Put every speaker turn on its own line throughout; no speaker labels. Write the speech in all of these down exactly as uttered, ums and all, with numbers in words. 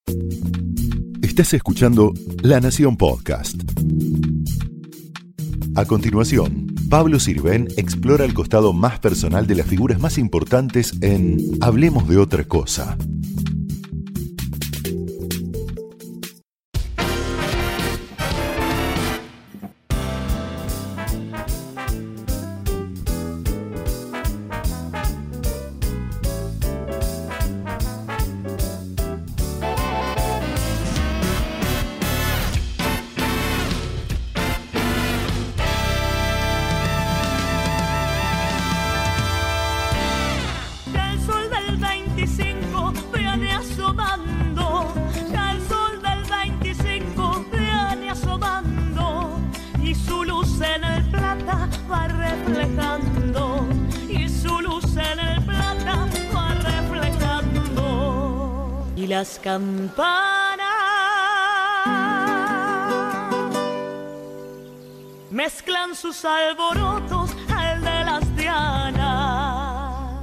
Estás escuchando La Nación Podcast. A continuación, Pablo Sirven explora el costado más personal de las figuras más importantes en Hablemos de otra cosa.
Las campanas mezclan sus alborotos al de las dianas.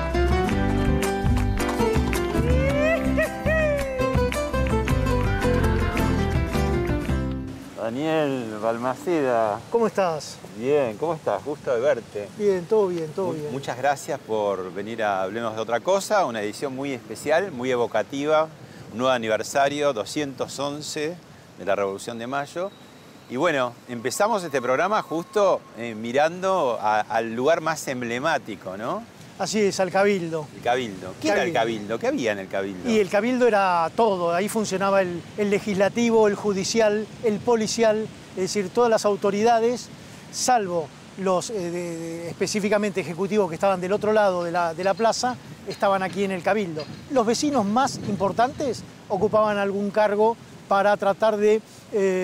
Daniel Balmaceda.
¿Cómo estás?
Bien, ¿cómo estás? Gusto de verte.
Bien, todo bien, todo
Muy,
bien.
Muchas gracias por venir a Hablemos de otra cosa, una edición muy especial, muy evocativa, un nuevo aniversario, doscientos once de la Revolución de Mayo. Y bueno, empezamos este programa justo eh, mirando a, al lugar más emblemático, ¿no?
Así es, al Cabildo.
El Cabildo. ¿Qué era el Cabildo? ¿Qué había en el Cabildo?
Y el Cabildo era todo, ahí funcionaba el, el legislativo, el judicial, el policial, es decir, todas las autoridades, salvo los eh, de, de, específicamente ejecutivos que estaban del otro lado de la, de la plaza, estaban aquí en el Cabildo. Los vecinos más importantes ocupaban algún cargo para tratar de eh,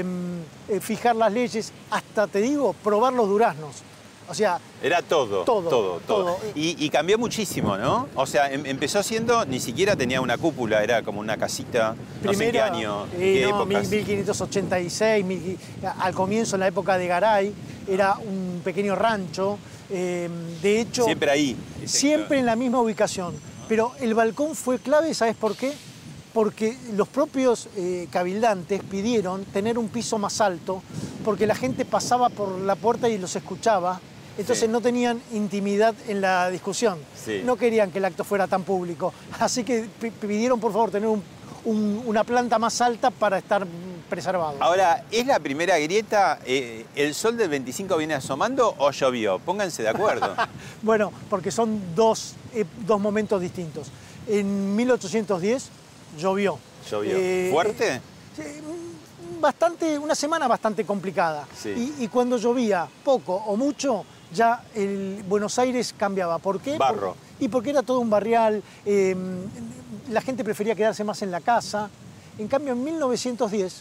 fijar las leyes, hasta, te digo, probar los duraznos. O sea,
era todo,
todo,
todo, todo.
todo.
Y, y cambió muchísimo, ¿no? O sea, em, empezó siendo, ni siquiera tenía una cúpula, era como una casita, no sé en qué año,
eh,
qué
no,
épocas.
mil quinientos ochenta y seis, mil, al comienzo, en la época de Garay, era un pequeño rancho. Eh, de hecho,
siempre ahí.
Siempre en la misma ubicación. Pero el balcón fue clave, ¿sabes por qué? Porque los propios eh, cabildantes pidieron tener un piso más alto, porque la gente pasaba por la puerta y los escuchaba. Entonces sí. No tenían intimidad en la discusión. Sí. No querían que el acto fuera tan público. Así que pidieron, por favor, tener un, un, una planta más alta para estar preservado.
Ahora, ¿es la primera grieta? Eh, ¿El sol del veinticinco viene asomando o llovió? Pónganse de acuerdo.
Bueno, porque son dos, eh, dos momentos distintos. En mil ochocientos diez llovió.
¿Llovió?
Eh,
¿Fuerte?
Eh, bastante, una semana bastante complicada.
Sí.
Y, y cuando llovía poco o mucho, ya el Buenos Aires cambiaba. ¿Por qué?
Barro.
Por, y porque era todo un barrial, eh, la gente prefería quedarse más en la casa. En cambio, en mil novecientos diez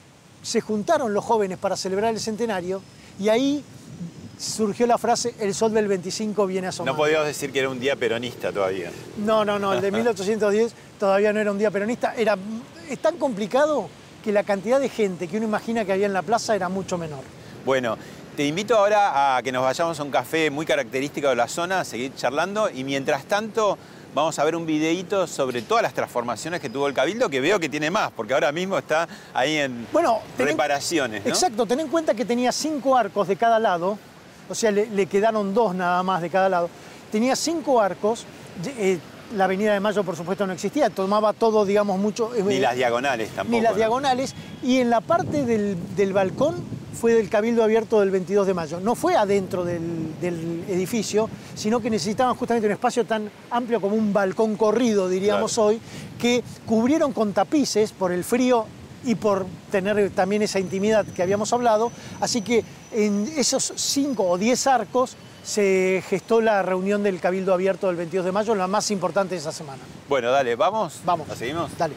se juntaron los jóvenes para celebrar el centenario y ahí surgió la frase, el sol del veinticinco viene asomando.
No podíamos decir que era un día peronista todavía.
No, no, no, el de mil ochocientos diez todavía no era un día peronista. Era, es tan complicado que la cantidad de gente que uno imagina que había en la plaza era mucho menor.
Bueno, te invito ahora a que nos vayamos a un café muy característico de la zona, a seguir charlando y mientras tanto vamos a ver un videíto sobre todas las transformaciones que tuvo el Cabildo, que veo que tiene más, porque ahora mismo está ahí en
bueno,
reparaciones, ¿no?
Exacto, ten en cuenta que tenía cinco arcos de cada lado, o sea, le, le quedaron dos nada más de cada lado. Tenía cinco arcos, eh, la Avenida de Mayo por supuesto no existía, tomaba todo, digamos, mucho...
Ni
eh,
las diagonales tampoco.
Ni las
¿no?
diagonales, y en la parte del, del balcón fue del Cabildo Abierto del veintidós de mayo. No fue adentro del, del edificio, sino que necesitaban justamente un espacio tan amplio como un balcón corrido, diríamos claro. hoy, que cubrieron con tapices por el frío y por tener también esa intimidad que habíamos hablado. Así que en esos cinco o diez arcos se gestó la reunión del Cabildo Abierto del veintidós de mayo, la más importante de esa semana.
Bueno, dale, ¿vamos?
Vamos.
¿La seguimos?
Dale.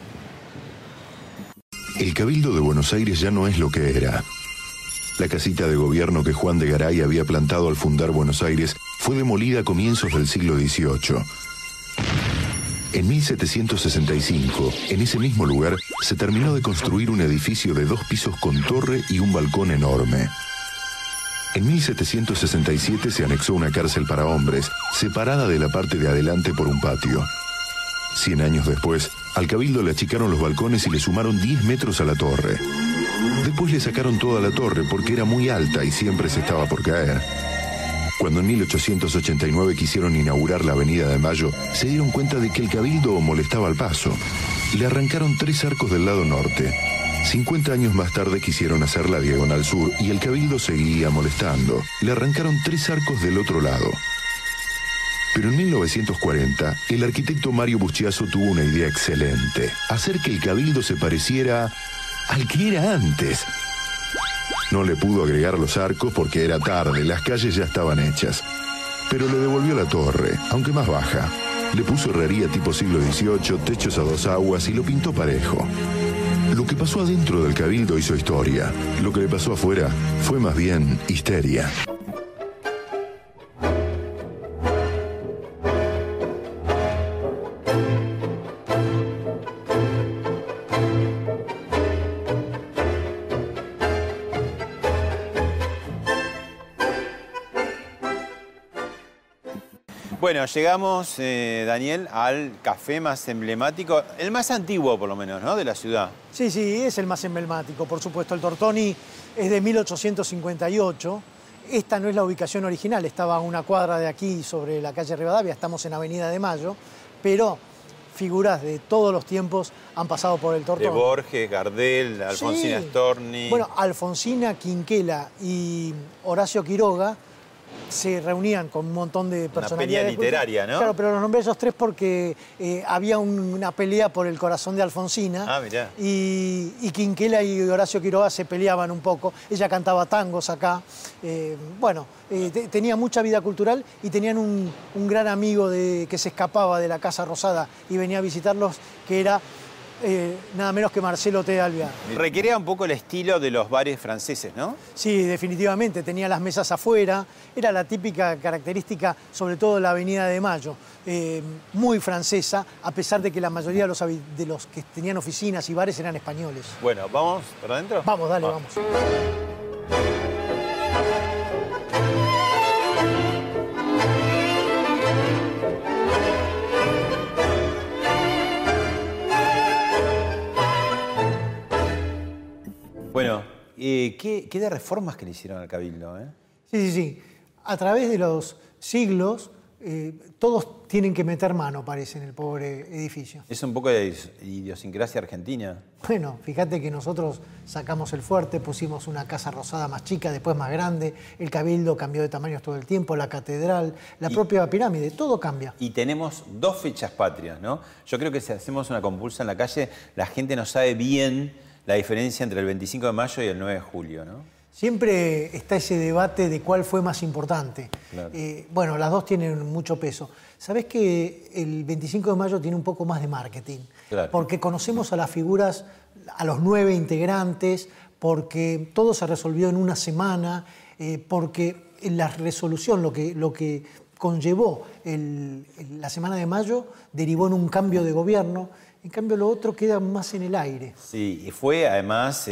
El Cabildo de Buenos Aires ya no es lo que era. La casita de gobierno que Juan de Garay había plantado al fundar Buenos Aires fue demolida a comienzos del siglo dieciocho. En mil setecientos sesenta y cinco, en ese mismo lugar, se terminó de construir un edificio de dos pisos con torre y un balcón enorme. En mil setecientos sesenta y siete se anexó una cárcel para hombres, separada de la parte de adelante por un patio. Cien años después, Al Cabildo le achicaron los balcones y le sumaron diez metros a la torre. Después le sacaron toda la torre porque era muy alta y siempre se estaba por caer. Cuando en mil ochocientos ochenta y nueve quisieron inaugurar la Avenida de Mayo, se dieron cuenta de que el Cabildo molestaba al paso. Le arrancaron tres arcos del lado norte. cincuenta años más tarde quisieron hacer la Diagonal Sur y el Cabildo seguía molestando. Le arrancaron tres arcos del otro lado. Pero en mil novecientos cuarenta, el arquitecto Mario Buschiazzo tuvo una idea excelente: hacer que el Cabildo se pareciera al que era antes. No le pudo agregar los arcos porque era tarde, las calles ya estaban hechas. Pero le devolvió la torre, aunque más baja. Le puso herrería tipo siglo dieciocho, techos a dos aguas y lo pintó parejo. Lo que pasó adentro del Cabildo hizo historia. Lo que le pasó afuera fue más bien histeria.
Bueno, llegamos, eh, Daniel, al café más emblemático, el más antiguo por lo menos, ¿no?, de la ciudad.
Sí, sí, es el más emblemático, por supuesto. El Tortoni es de mil ochocientos cincuenta y ocho. Esta no es la ubicación original, estaba a una cuadra de aquí sobre la calle Rivadavia, estamos en Avenida de Mayo, pero figuras de todos los tiempos han pasado por el Tortoni.
De Borges, Gardel, Alfonsina
Sí.
Storni.
Bueno, Alfonsina, Quinquela y Horacio Quiroga se reunían con un montón de personalidades.
Una pelea literaria, ¿no?
Claro, pero los nombré esos tres porque eh, había un, una pelea por el corazón de Alfonsina.
Ah, mirá.
Y, y Quinquela y Horacio Quiroga se peleaban un poco. Ella cantaba tangos acá. Eh, bueno, eh, te, tenía mucha vida cultural y tenían un, un gran amigo de, que se escapaba de la Casa Rosada y venía a visitarlos, que era eh, nada menos que Marcelo T. Alvear.
Requería un poco el estilo de los bares franceses, ¿no?
Sí, definitivamente. Tenía las mesas afuera. Era la típica característica, sobre todo de la Avenida de Mayo. Eh, muy francesa, a pesar de que la mayoría de los, de los que tenían oficinas y bares eran españoles.
Bueno, ¿vamos para adentro?
Vamos, dale,
Va.
vamos.
Bueno, eh, ¿qué, ¿qué de reformas que le hicieron al Cabildo, eh?
Sí, sí, sí. A través de los siglos, eh, todos tienen que meter mano, parece, en el pobre edificio.
Es un poco de idiosincrasia argentina.
Bueno, fíjate que nosotros sacamos el fuerte, pusimos una Casa Rosada más chica, después más grande, el Cabildo cambió de tamaños todo el tiempo, la catedral, la
Y-
propia pirámide, todo cambia.
Y tenemos dos fechas patrias, ¿no? Yo creo que si hacemos una compulsa en la calle, la gente no sabe bien la diferencia entre el veinticinco de mayo y el nueve de julio, ¿no?
Siempre está ese debate de cuál fue más importante.
Claro.
Eh, bueno, las dos tienen mucho peso. ¿Sabés que el veinticinco de mayo tiene un poco más de marketing?
Claro.
Porque conocemos a las figuras, a los nueve integrantes, porque todo se resolvió en una semana, eh, porque la resolución, lo que, lo que conllevó el- el- la semana de mayo, derivó en un cambio de gobierno. En cambio, lo otro queda más en el aire.
Sí, y fue además,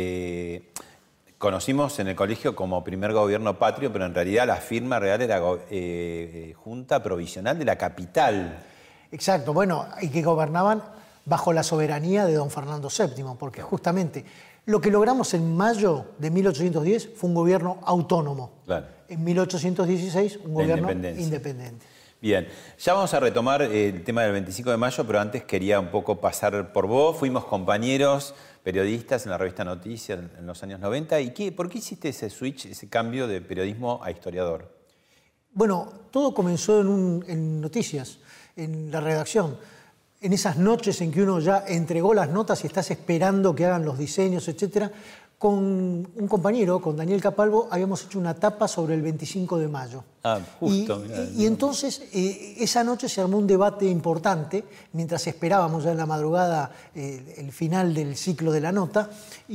eh, conocimos en el colegio como primer gobierno patrio, pero en realidad la firma real era go- eh, eh, Junta Provisional de la Capital.
Exacto, bueno, y que gobernaban bajo la soberanía de don Fernando séptimo, porque justamente lo que logramos en mayo de mil ochocientos diez fue un gobierno autónomo.
Claro.
En mil ochocientos dieciséis, un
La
gobierno
independencia.
independiente.
Bien, ya vamos a retomar eh, el tema del veinticinco de mayo, pero antes quería un poco pasar por vos. Fuimos compañeros periodistas en la revista Noticias en, en los años noventa. ¿Y qué, por qué hiciste ese switch, ese cambio de periodismo a historiador?
Bueno, todo comenzó en, un- en Noticias, en la redacción. En esas noches en que uno ya entregó las notas y estás esperando que hagan los diseños, etcétera, con un compañero, con Daniel Capalvo, habíamos hecho una tapa sobre el veinticinco de mayo.
Ah, justo,
Y,
mirá.
y- y entonces, eh, esa noche se armó un debate importante, mientras esperábamos ya en la madrugada eh, el final del ciclo de la nota,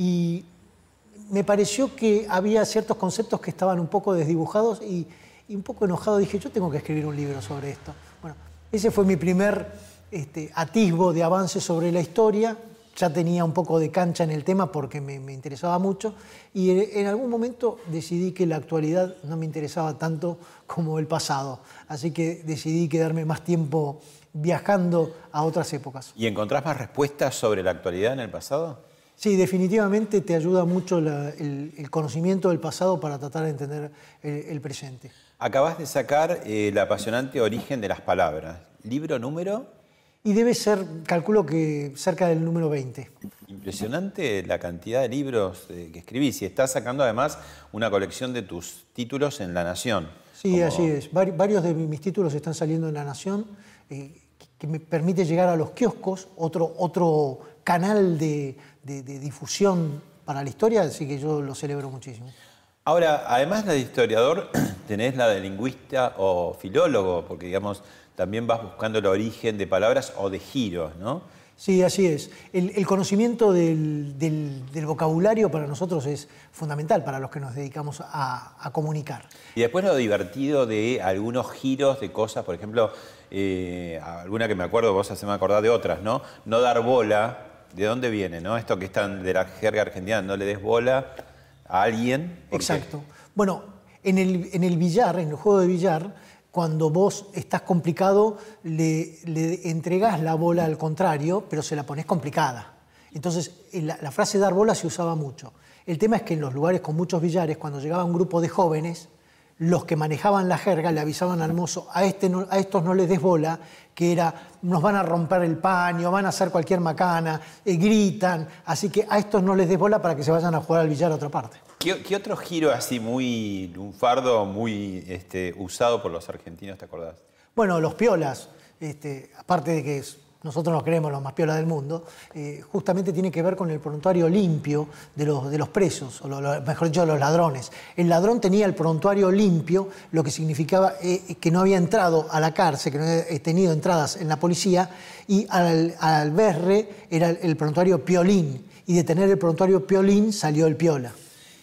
y me pareció que había ciertos conceptos que estaban un poco desdibujados y, y un poco enojado dije, yo tengo que escribir un libro sobre esto. Bueno, ese fue mi primer este, atisbo de avance sobre la historia. Ya tenía un poco de cancha en el tema porque me, me interesaba mucho y en, en algún momento decidí que la actualidad no me interesaba tanto como el pasado. Así que decidí quedarme más tiempo viajando a otras épocas.
¿Y encontrás más respuestas sobre la actualidad en el pasado?
Sí, definitivamente te ayuda mucho la, el, el conocimiento del pasado para tratar de entender el, el presente.
Acabás de sacar eh, El apasionante origen de las palabras. ¿Libro, número?
Y debe ser, calculo que cerca del número veinte.
Impresionante la cantidad de libros eh, que escribís. Y estás sacando además una colección de tus títulos en La Nación.
Sí,
como...
así es. Vari- varios de mis títulos están saliendo en La Nación, eh, que me permite llegar a los kioscos, otro, otro canal de, de, de difusión para la historia, así que yo lo celebro muchísimo.
Ahora, además la de historiador, tenés la de lingüista o filólogo, porque digamos, también vas buscando el origen de palabras o de giros, ¿no?
Sí, así es. El, el conocimiento del, del, del vocabulario para nosotros es fundamental, para los que nos dedicamos a, a comunicar.
Y después lo divertido de algunos giros de cosas, por ejemplo, eh, alguna que me acuerdo, vos hacés me acordar de otras, ¿no? No dar bola, ¿de dónde viene, no? Esto que están de la jerga argentina, no le des bola a alguien.
Exacto. Bueno, en el, en el billar, en el juego de billar, cuando vos estás complicado, le, le entregás la bola al contrario, pero se la ponés complicada. Entonces, la, la frase dar bola se usaba mucho. El tema es que en los lugares con muchos billares, cuando llegaba un grupo de jóvenes, los que manejaban la jerga le avisaban al mozo, a, este no, a estos no les des bola, que era, nos van a romper el paño, van a hacer cualquier macana, eh, gritan, así que a estos no les des bola para que se vayan a jugar al billar a otra parte.
¿Qué, qué otro giro así muy lunfardo, muy este, usado por los argentinos, te acordás?
Bueno, los piolas, este, aparte de que es, nosotros nos creemos los más piolas del mundo, eh, justamente tiene que ver con el prontuario limpio de los, de los presos, o lo, lo, mejor dicho, de los ladrones. El ladrón tenía el prontuario limpio, lo que significaba eh, que no había entrado a la cárcel, que no había tenido entradas en la policía, y al, al berre era el prontuario piolín, y de tener el prontuario piolín salió el piola.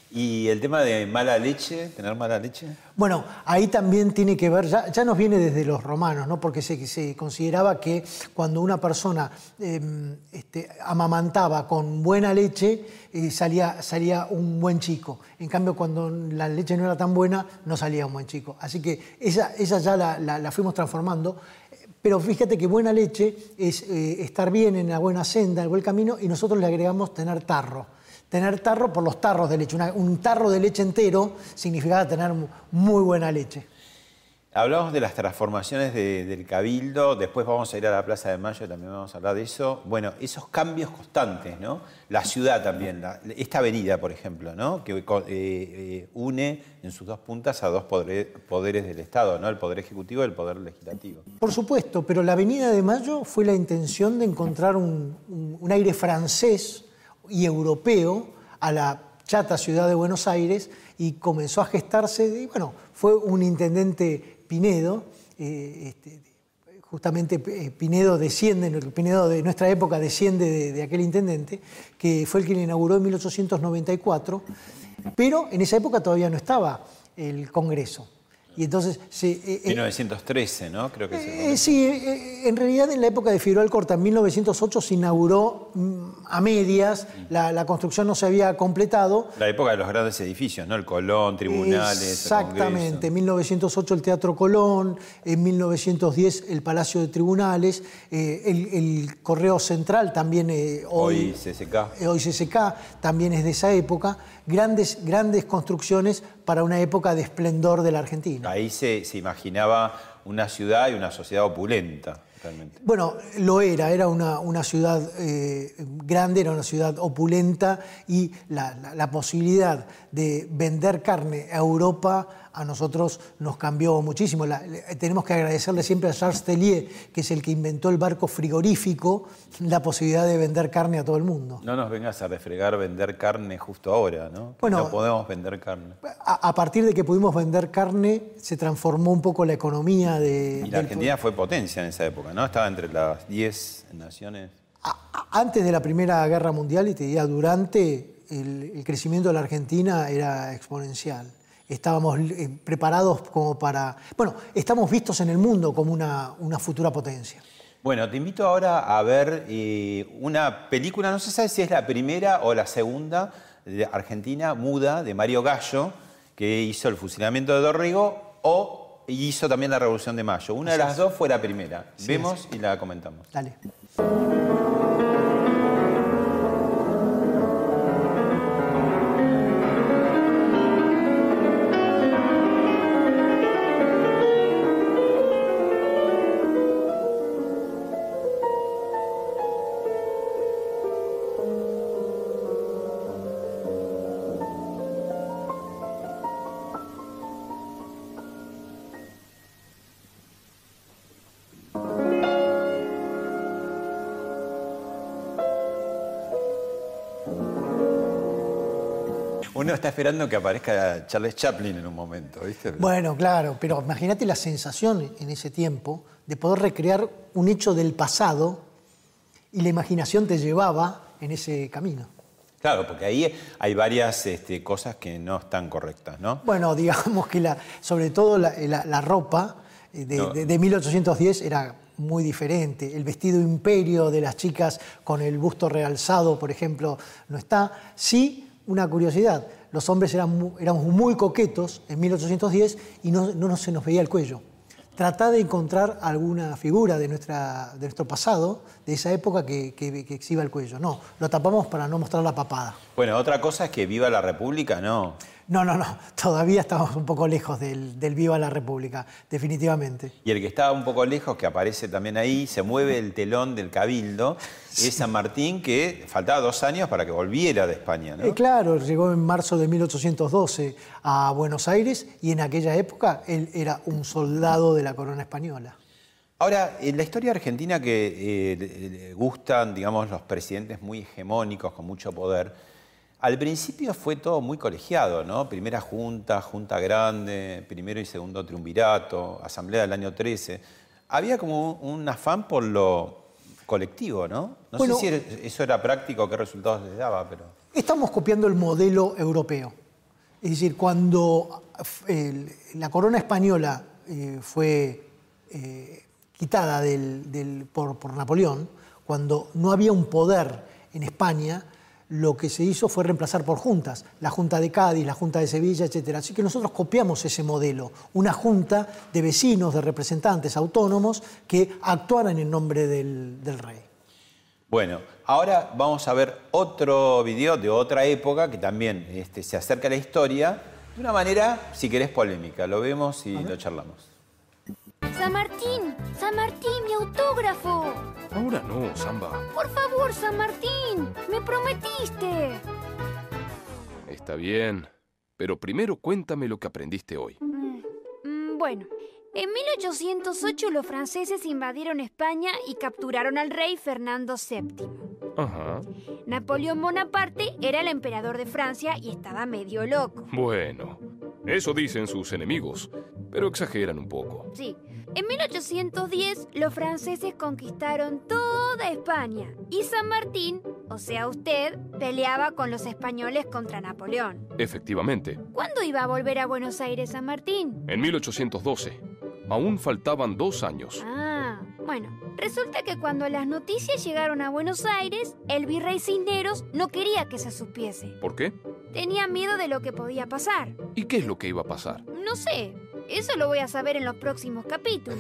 ¿Y el tema de mala leche, tener mala leche?
Bueno, ahí también tiene que ver, ya, ya nos viene desde los romanos, ¿no? Porque se, se consideraba que cuando una persona eh, este, amamantaba con buena leche, eh, salía, salía un buen chico. En cambio, cuando la leche no era tan buena, no salía un buen chico. Así que esa, esa ya la, la, la fuimos transformando. Pero fíjate que buena leche es eh, estar bien en la buena senda, en el buen camino, y nosotros le agregamos tener tarro. Tener tarro por los tarros de leche. Una, un tarro de leche entero significaba tener muy buena leche.
Hablamos de las transformaciones de, del Cabildo, después vamos a ir a la Plaza de Mayo, también vamos a hablar de eso. Bueno, esos cambios constantes, ¿no? La ciudad también, la, esta avenida, por ejemplo, ¿no? Que eh, eh, une en sus dos puntas a dos poderes, poderes del Estado, ¿no? El Poder Ejecutivo y el Poder Legislativo.
Por supuesto, pero la Avenida de Mayo fue la intención de encontrar un, un, un aire francés y europeo a la chata ciudad de Buenos Aires, y comenzó a gestarse, y bueno, fue un intendente Pinedo, eh, este, justamente eh, Pinedo desciende, Pinedo de nuestra época desciende de, de aquel intendente, que fue el que le inauguró en mil ochocientos noventa y cuatro, pero en esa época todavía no estaba el Congreso. Y entonces se, eh,
mil novecientos trece, ¿no? Creo que
eh, eh, sí, eh, en realidad en la época de Figueroa Alcorta, en mil novecientos ocho, se inauguró mm, a medias, la, la construcción no se había completado.
La época de los grandes edificios, ¿no? El Colón, tribunales,
exactamente,
el
en mil novecientos ocho el Teatro Colón, en mil novecientos diez el Palacio de Tribunales, eh, el, el Correo Central también, eh, hoy,
hoy C C K.
Eh, hoy C C K, también es de esa época. Grandes, grandes construcciones para una época de esplendor de la Argentina.
Ahí se, se imaginaba una ciudad y una sociedad opulenta, realmente.
Bueno, lo era, era una, una ciudad eh, grande, era una ciudad opulenta, y la, la, la posibilidad de vender carne a Europa a nosotros nos cambió muchísimo. La, le, tenemos que agradecerle siempre a Charles Tellier, que es el que inventó el barco frigorífico, la posibilidad de vender carne a todo el mundo.
No nos vengas a refregar vender carne justo ahora, ¿no?
Bueno,
no podemos vender carne.
A, a partir de que pudimos vender carne, se transformó un poco la economía de...
Y la Argentina del... fue potencia en esa época, ¿no? Estaba entre las diez naciones.
A, a, antes de la Primera Guerra Mundial, y te diría durante, el, el crecimiento de la Argentina era exponencial. Estábamos eh, preparados como para... Bueno, estamos vistos en el mundo como una, una futura potencia.
Bueno, te invito ahora a ver eh, una película, no se sabe si es la primera o la segunda, de Argentina, muda, de Mario Gallo, que hizo El fusilamiento de Dorrego, o y hizo también la Revolución de Mayo. Una de las dos fue la primera.
Sí,
Vemos
sí.
y la comentamos.
Dale.
Uno está esperando que aparezca Charles Chaplin en un momento, ¿viste?
Bueno, claro, pero imagínate la sensación en ese tiempo de poder recrear un hecho del pasado y la imaginación te llevaba en ese camino.
Claro, porque ahí hay varias este, cosas que no están correctas, ¿no?
Bueno, digamos que la, sobre todo la, la, la ropa de,
No.
de, de mil ochocientos diez era muy diferente. El vestido imperio de las chicas con el busto realzado, por ejemplo, no está. Sí, una curiosidad, los hombres eran muy, éramos muy coquetos en mil ochocientos diez y no, no se nos veía el cuello. Tratá de encontrar alguna figura de, nuestra, de nuestro pasado, de esa época, que, que, que exhiba el cuello. No, lo tapamos para no mostrar la papada.
Bueno, otra cosa es que viva la República, no.
No, no, no, todavía estamos un poco lejos del, del Viva la República, definitivamente.
Y el que está un poco lejos, que aparece también ahí, se mueve el telón del Cabildo, sí. Es San Martín, que faltaba dos años para que volviera de España, ¿no?
Eh, claro, llegó en marzo de mil ochocientos doce a Buenos Aires y en aquella época él era un soldado de la corona española.
Ahora, en la historia argentina que eh, le gustan, digamos, los presidentes muy hegemónicos, con mucho poder, al principio fue todo muy colegiado, ¿no? Primera junta, junta grande, primero y segundo triunvirato, asamblea del año trece. Había como un, un afán por lo colectivo, ¿no? No
bueno,
sé si eso era práctico, qué resultados les daba, pero...
Estamos copiando el modelo europeo. Es decir, cuando el, la corona española eh, fue eh, quitada del, del, por, por Napoleón, cuando no había un poder en España, lo que se hizo fue reemplazar por juntas, la Junta de Cádiz, la Junta de Sevilla, etcétera. Así que nosotros copiamos ese modelo, una junta de vecinos, de representantes autónomos que actuaran en nombre del, del rey.
Bueno, ahora vamos a ver otro video de otra época que también este, se acerca a la historia de una manera, si querés, polémica. Lo vemos y lo charlamos.
¡San Martín! ¡San Martín, mi autógrafo!
Ahora no, Samba.
Por favor, San Martín, me prometiste.
Está bien, pero primero cuéntame lo que aprendiste hoy.
Mm, mm, bueno, en mil ochocientos ocho los franceses invadieron España y capturaron al rey Fernando séptimo.
Ajá.
Napoleón Bonaparte era el emperador de Francia y estaba medio loco.
Bueno, eso dicen sus enemigos, pero exageran un poco.
Sí. En mil ochocientos diez los franceses conquistaron toda España y San Martín, o sea usted, peleaba con los españoles contra Napoleón.
Efectivamente.
¿Cuándo iba a volver a Buenos Aires San Martín?
En mil ochocientos doce. Aún faltaban dos años.
Ah, bueno. Resulta que cuando las noticias llegaron a Buenos Aires, el virrey Cisneros no quería que se supiese.
¿Por qué?
Tenía miedo de lo que podía pasar.
¿Y qué es lo que iba a pasar?
No sé. Eso lo voy a saber en los próximos capítulos.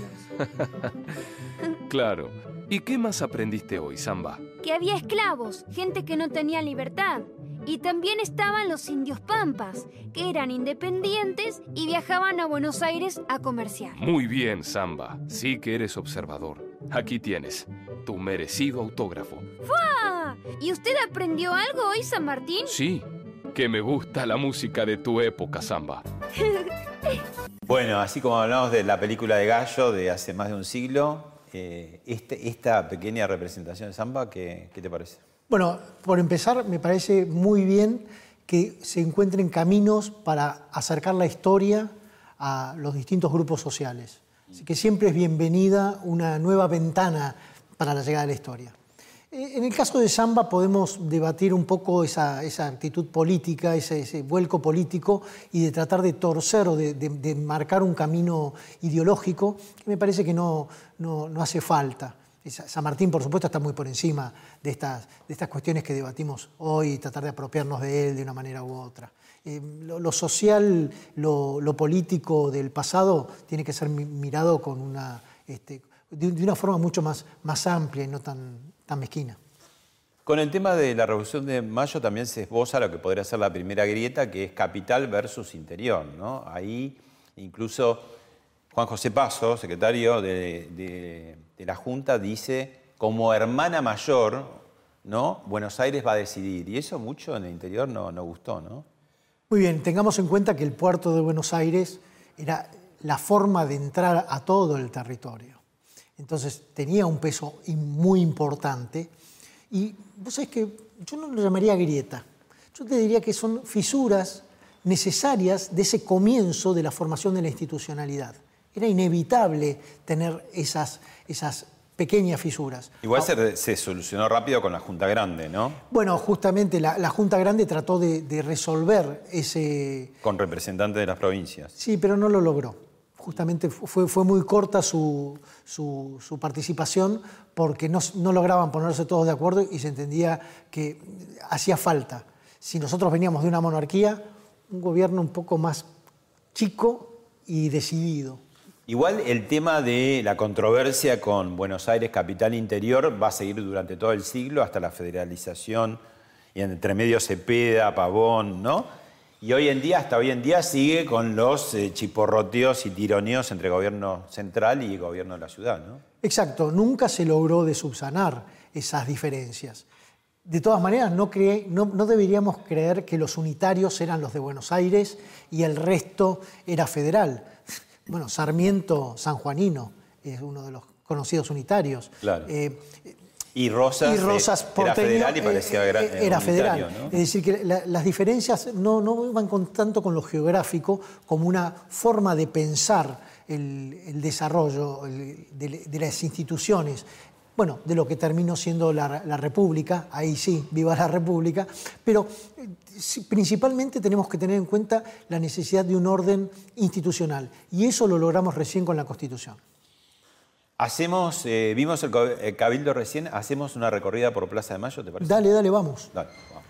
Claro. ¿Y qué más aprendiste hoy, Samba?
Que había esclavos, gente que no tenía libertad. Y también estaban los indios pampas, que eran independientes y viajaban a Buenos Aires a comerciar.
Muy bien, Samba. Sí que eres observador. Aquí tienes tu merecido autógrafo.
¡Fua! ¿Y usted aprendió algo hoy, San Martín?
Sí, que me gusta la música de tu época, Samba.
Bueno, así como hablamos de la película de Gallo de hace más de un siglo, eh, este, esta pequeña representación de Samba, ¿qué, qué te parece?
Bueno, por empezar, me parece muy bien que se encuentren caminos para acercar la historia a los distintos grupos sociales. Así que siempre es bienvenida una nueva ventana para la llegada de la historia. En el caso de Samba podemos debatir un poco esa, esa actitud política, ese, ese vuelco político y de tratar de torcer o de, de, de marcar un camino ideológico que me parece que no, no, no hace falta. San Martín, por supuesto, está muy por encima de estas, de estas cuestiones que debatimos hoy y tratar de apropiarnos de él de una manera u otra. Eh, lo, lo social, lo, lo político del pasado tiene que ser mirado con una, este, de, de una forma mucho más, más amplia y no tan, tan mezquina.
Con el tema de la Revolución de Mayo también se esboza lo que podría ser la primera grieta, que es capital versus interior, ¿no? Ahí incluso Juan José Paso, secretario de, de, de la Junta, dice, como hermana mayor, ¿no? Buenos Aires va a decidir. Y eso mucho en el interior no, no gustó, ¿no?
Muy bien, tengamos en cuenta que el puerto de Buenos Aires era la forma de entrar a todo el territorio. Entonces tenía un peso muy importante. Y vos sabés que yo no lo llamaría grieta. Yo te diría que son fisuras necesarias de ese comienzo de la formación de la institucionalidad. Era inevitable tener esas, esas pequeñas fisuras.
Igual se, se solucionó rápido con la Junta Grande, ¿no?
Bueno, justamente la, la Junta Grande trató de, de resolver ese...
Con representantes de las provincias.
Sí, pero no lo logró. Justamente fue, fue muy corta su, su, su participación porque no, no lograban ponerse todos de acuerdo y se entendía que hacía falta. Si nosotros veníamos de una monarquía, un gobierno un poco más chico y decidido.
Igual el tema de la controversia con Buenos Aires, capital interior, va a seguir durante todo el siglo hasta la federalización y entre medio Cepeda, Pavón, ¿no? Y hoy en día, hasta hoy en día, sigue con los eh, chiporroteos y tironeos entre gobierno central y gobierno de la ciudad, ¿no?
Exacto, nunca se logró de subsanar esas diferencias. De todas maneras, no, cree, no, no deberíamos creer que los unitarios eran los de Buenos Aires y el resto era federal. Bueno, Sarmiento sanjuanino es uno de los conocidos unitarios.
Claro.
Eh,
Y Rosas,
y Rosas
eh,
porteño,
era federal y parecía
eh,
eh,
era federal.
¿no?
Es decir, que la, las diferencias no, no iban con, tanto con lo geográfico como una forma de pensar el, el desarrollo el, de, de las instituciones. Bueno, de lo que terminó siendo la, la República, ahí sí, viva la República, pero eh, principalmente tenemos que tener en cuenta la necesidad de un orden institucional y eso lo logramos recién con la Constitución.
Hacemos, eh, vimos el, el Cabildo recién, hacemos una recorrida por Plaza de Mayo, ¿te parece?
Dale, dale, vamos.
Dale, vamos.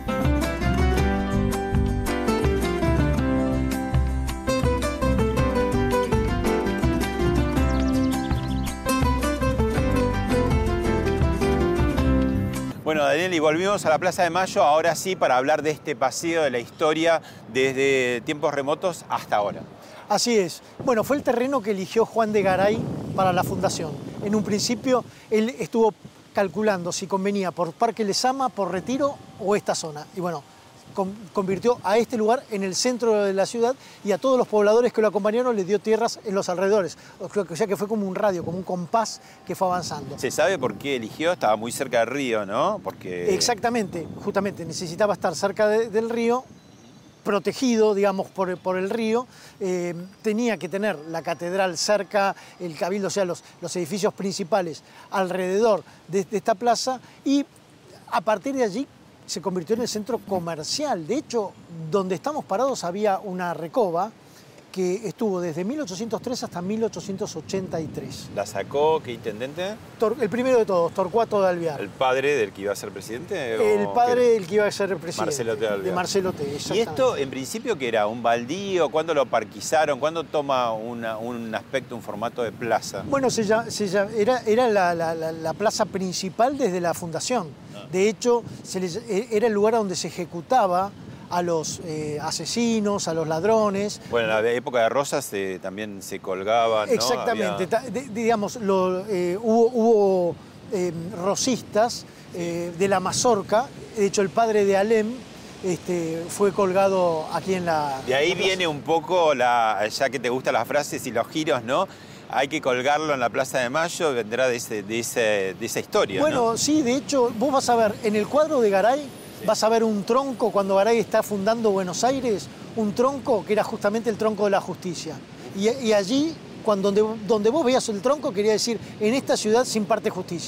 Bueno, Daniel, y volvimos a la Plaza de Mayo, ahora sí, para hablar de este paseo de la historia desde tiempos remotos hasta ahora.
Así es. Bueno, fue el terreno que eligió Juan de Garay para la fundación. En un principio, él estuvo calculando si convenía por Parque Lezama, por Retiro o esta zona. Y bueno, con, convirtió a este lugar en el centro de la ciudad y a todos los pobladores que lo acompañaron les dio tierras en los alrededores. O sea que fue como un radio, como un compás que fue avanzando.
¿Se sabe por qué eligió? Estaba muy cerca del río, ¿no? Porque...
Exactamente, justamente necesitaba estar cerca de, del río, protegido, digamos, por, por el río, eh, tenía que tener la catedral cerca, el cabildo, o sea, los, los edificios principales alrededor de, de esta plaza y a partir de allí se convirtió en el centro comercial. De hecho, donde estamos parados había una recoba que estuvo desde mil ochocientos tres hasta mil ochocientos ochenta y tres.
¿La sacó qué intendente?
Tor, el primero de todos, Torcuato de Alvear.
¿El padre del que iba a ser presidente?
El padre del que iba a ser presidente.
Marcelo T. de Alvear.
De Marcelo T.
¿Y esto, en principio, qué era? ¿Un baldío? ¿Cuándo lo parquizaron? ¿Cuándo toma una, un aspecto, un formato de plaza?
Bueno, se llama, se llama, era, era la, la, la, la plaza principal desde la fundación. Ah. De hecho, se les, era el lugar donde se ejecutaba a los eh, asesinos, a los ladrones.
Bueno, en la época de Rosas eh, también se colgaban, ¿no?
Exactamente.
Había...
De, digamos, lo, eh, hubo, hubo eh, rosistas eh, de la Mazorca. De hecho, el padre de Alem este, fue colgado aquí en la...
De ahí
la
viene un poco, la, ya que te gustan las frases y los giros, ¿no? Hay que colgarlo en la Plaza de Mayo, vendrá de, ese, de, ese, de esa historia,
Bueno,
¿no?
Sí, de hecho, vos vas a ver, en el cuadro de Garay, vas a ver un tronco cuando Garay está fundando Buenos Aires, un tronco que era justamente el tronco de la justicia. Y, y allí, cuando, donde, donde vos veías el tronco, quería decir, en esta ciudad se imparte justicia.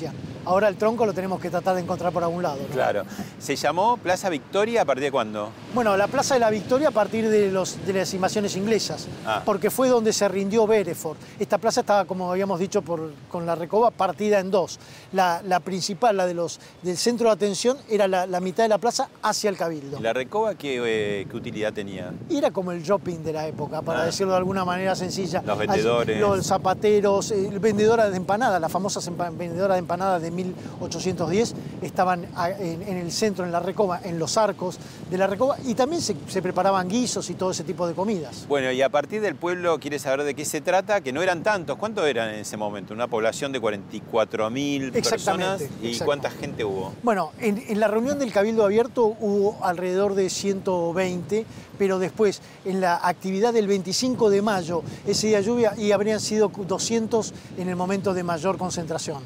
Ahora el tronco lo tenemos que tratar de encontrar por algún lado, ¿no?
Claro. ¿Se llamó Plaza Victoria a partir de cuándo?
Bueno, la Plaza de la Victoria a partir de, los, de las invasiones inglesas,
Ah.
porque fue donde se rindió Bereford. Esta plaza estaba, como habíamos dicho, por, con la Recoba partida en dos. La, la principal, la de los, del centro de atención, era la, la mitad de la plaza hacia el Cabildo.
¿Y la Recoba qué, eh, qué utilidad tenía?
Y era como el shopping de la época, para
Ah.
decirlo de alguna manera sencilla.
Los vendedores.
Allí, los zapateros, eh, vendedoras de empanadas, las famosas empa vendedoras de empanadas de mil ochocientos diez estaban a, en, en el centro, en la Recoba, en los arcos de la Recoba, y también se, se preparaban guisos y todo ese tipo de comidas.
Bueno, y a partir del pueblo, ¿quiere saber de qué se trata? Que no eran tantos. ¿Cuántos eran en ese momento? Una población de cuarenta y cuatro mil personas. ¿Y
exacto.
cuánta gente hubo?
Bueno, en, en la reunión del Cabildo Abierto hubo alrededor de ciento veinte, pero después en la actividad del veinticinco de mayo, ese día lluvia, y habrían sido doscientos en el momento de mayor concentración.